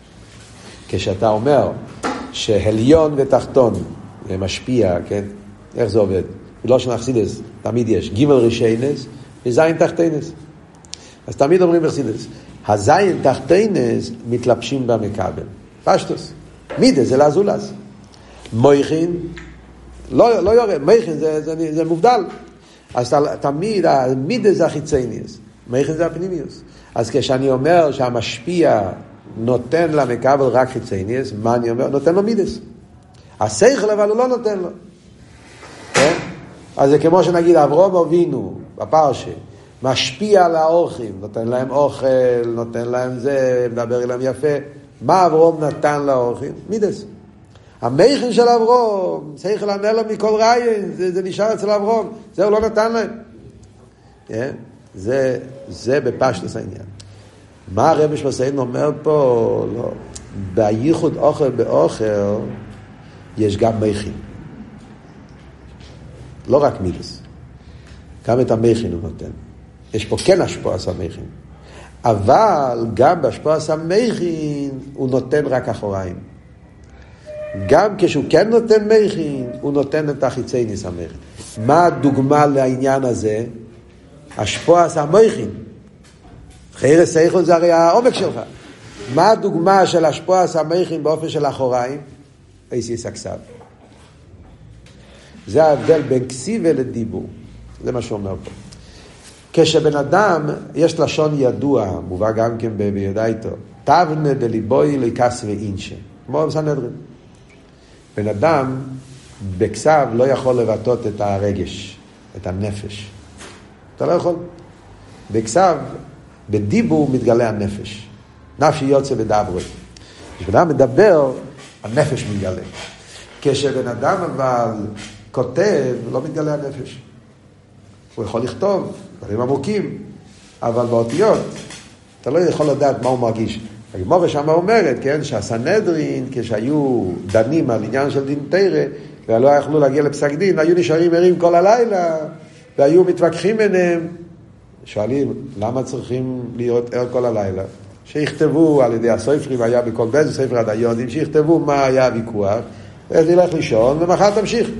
כשאתה אומר שהליון ותחתון משפיע, כן? איך זה עובד? לא שנחסידס, תמיד יש ג' רישיינס וזין תחתינס. אז תמיד אומרים בחסידס, הזין תחתינס מתלבשים במקבל. פשטוס. מידס זה לאזולס. מויכין, לא, לא יורד, מויכין זה, זה, זה מובדל. אז תמיד, מידס זה החיצייניס. מויכין זה הפנימיוס. אז כשאני אומר שהמשפיע נותן למקבל רק חיצייניס, מה אני אומר? נותן לו מידס. השכל אבל הוא לא נותן לו. כן? אז זה כמו שנגיד אברהם אבינו בפרשה, משפיע על האורחים, נותן להם אוכל, נותן להם זה, מדבר אליהם יפה. מה אברהם נתן לאורחים? מידס. המכן של אברהם, שכל ענה לו מכל ריין, זה, זה נשאר אצל אברהם, זה הוא לא נתן להם. כן? זה, זה בפשטוס העניין. מה הרב מסעיד אומר פה? לא. בייחוד אוכל באוכל יש גם מכין. לא רק מידס. גם את המכין הוא נותן. יש פה כן השפוע סמכין. אבל גם בהשפוע סמכין הוא נותן רק אחוריים. גם כשהוא כן נותן מכין, הוא נותן את החיצייני סמכין. מה הדוגמה לעניין הזה? השפוע סמכין. חייר סייכון זה הרי העומק שלך. מה הדוגמה של השפוע סמכין באופן של אחוריים? איסיס הכסב. זה ההבדל בין כסיבה לדיבור. זה מה שהוא אומר פה. כשבן אדם, יש לשון ידוע, מובא גם כן ביודעיתו, תבנה דליבוי ליקס ואינשה. כמו בסנהדרין. בן אדם בכסב לא יכול לבטאות את הרגש, את הנפש. אתה לא יכול. בכסב, בדיבור מתגלה הנפש. נפשי יוצא בדברו. כשבן אדם מדבר, הנפש מתגלה. כשבן אדם אבל כותב, לא מתגלה הנפש. הוא יכול לכתוב דברים עמוקים, אבל באותיות אתה לא יכול לדעת מה הוא מרגיש. הגמרא שמה אומרת, כן, שהסנהדרין, כשהיו דנים על עניין של דין תורה, ולא יכלו להגיע לפסק דין, היו נשארים ערים כל הלילה, והיו מתווכחים ביניהם. שואלים, למה צריכים להיות ער כל הלילה? שיכתבו על ידי הסופרים, היה בכל בית, ספר הדיונים, שיכתבו מה היה הוויכוח, ואז ילך לישון, ומחר תמשיך.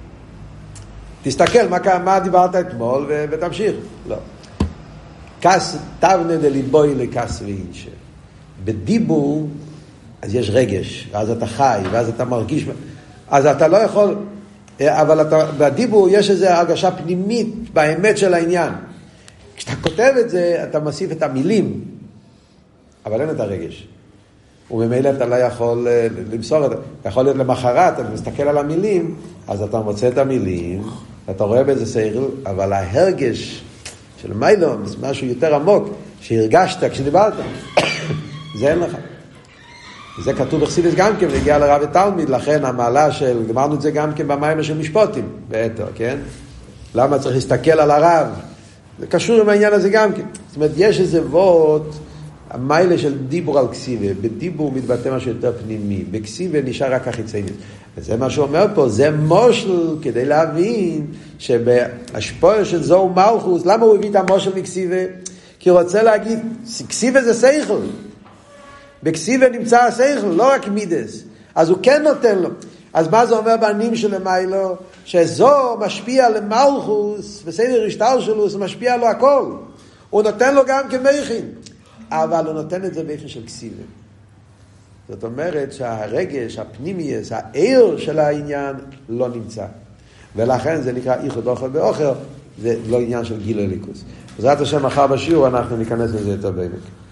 תסתכל מה, מה דיברת אתמול, ו- ותמשיך. לא. כס תבנה דליבוי לכס ואינשה. בדיבור, אז יש רגש, ואז אתה חי, ואז אתה מרגיש, אז אתה לא יכול, אבל אתה, בדיבור יש איזו הרגשה פנימית באמת של העניין. כשאתה כותב את זה, אתה מוסיף את המילים, אבל אין את הרגש. וממילא אתה לא יכול למסור את זה. יכול להיות למחרת, אתה מסתכל על המילים, אז אתה מוצא את המילים, אתה רואה באיזה סייכל, אבל ההרגש של מיילון, זה משהו יותר עמוק, שהרגשת כשדיברת, זה אין לך. זה כתוב בחסידות גם כן, והגיע לרב ותלמיד, לכן המעלה של, אמרנו את זה גם כן במים של משפוטים, באתר, כן? למה צריך להסתכל על הרב? זה קשור עם העניין הזה גם כן. זאת אומרת, יש איזה וורט, המיילה של דיבור על כסיבה, בדיבור מתבטא משהו יותר פנימי, בכסיבה נשאר רק החיציינות. וזה מה שהוא אומר פה, זה מושל כדי להבין שבהשפוע של זו מלכוס, למה הוא הביא את המושל מכסיבה? כי הוא רוצה להגיד, כסיבה זה שכל. בכסיבה נמצא השכל, לא רק מידס. אז הוא כן נותן לו. אז מה זה אומר בנים של המיילו? שזו משפיע למלכוס, בסדר השטר שלו, זה משפיע לו הכל. הוא נותן לו גם כמכין. אבל הוא נותן את זה באופן של כסיבה. זאת אומרת שהרגש, הפנימייס, העיר של העניין לא נמצא. ולכן זה נקרא איחוד אוכל באוכל, זה לא עניין של גילוי ליכוס. בעזרת השם מחר בשיעור אנחנו ניכנס לזה יותר בעמק.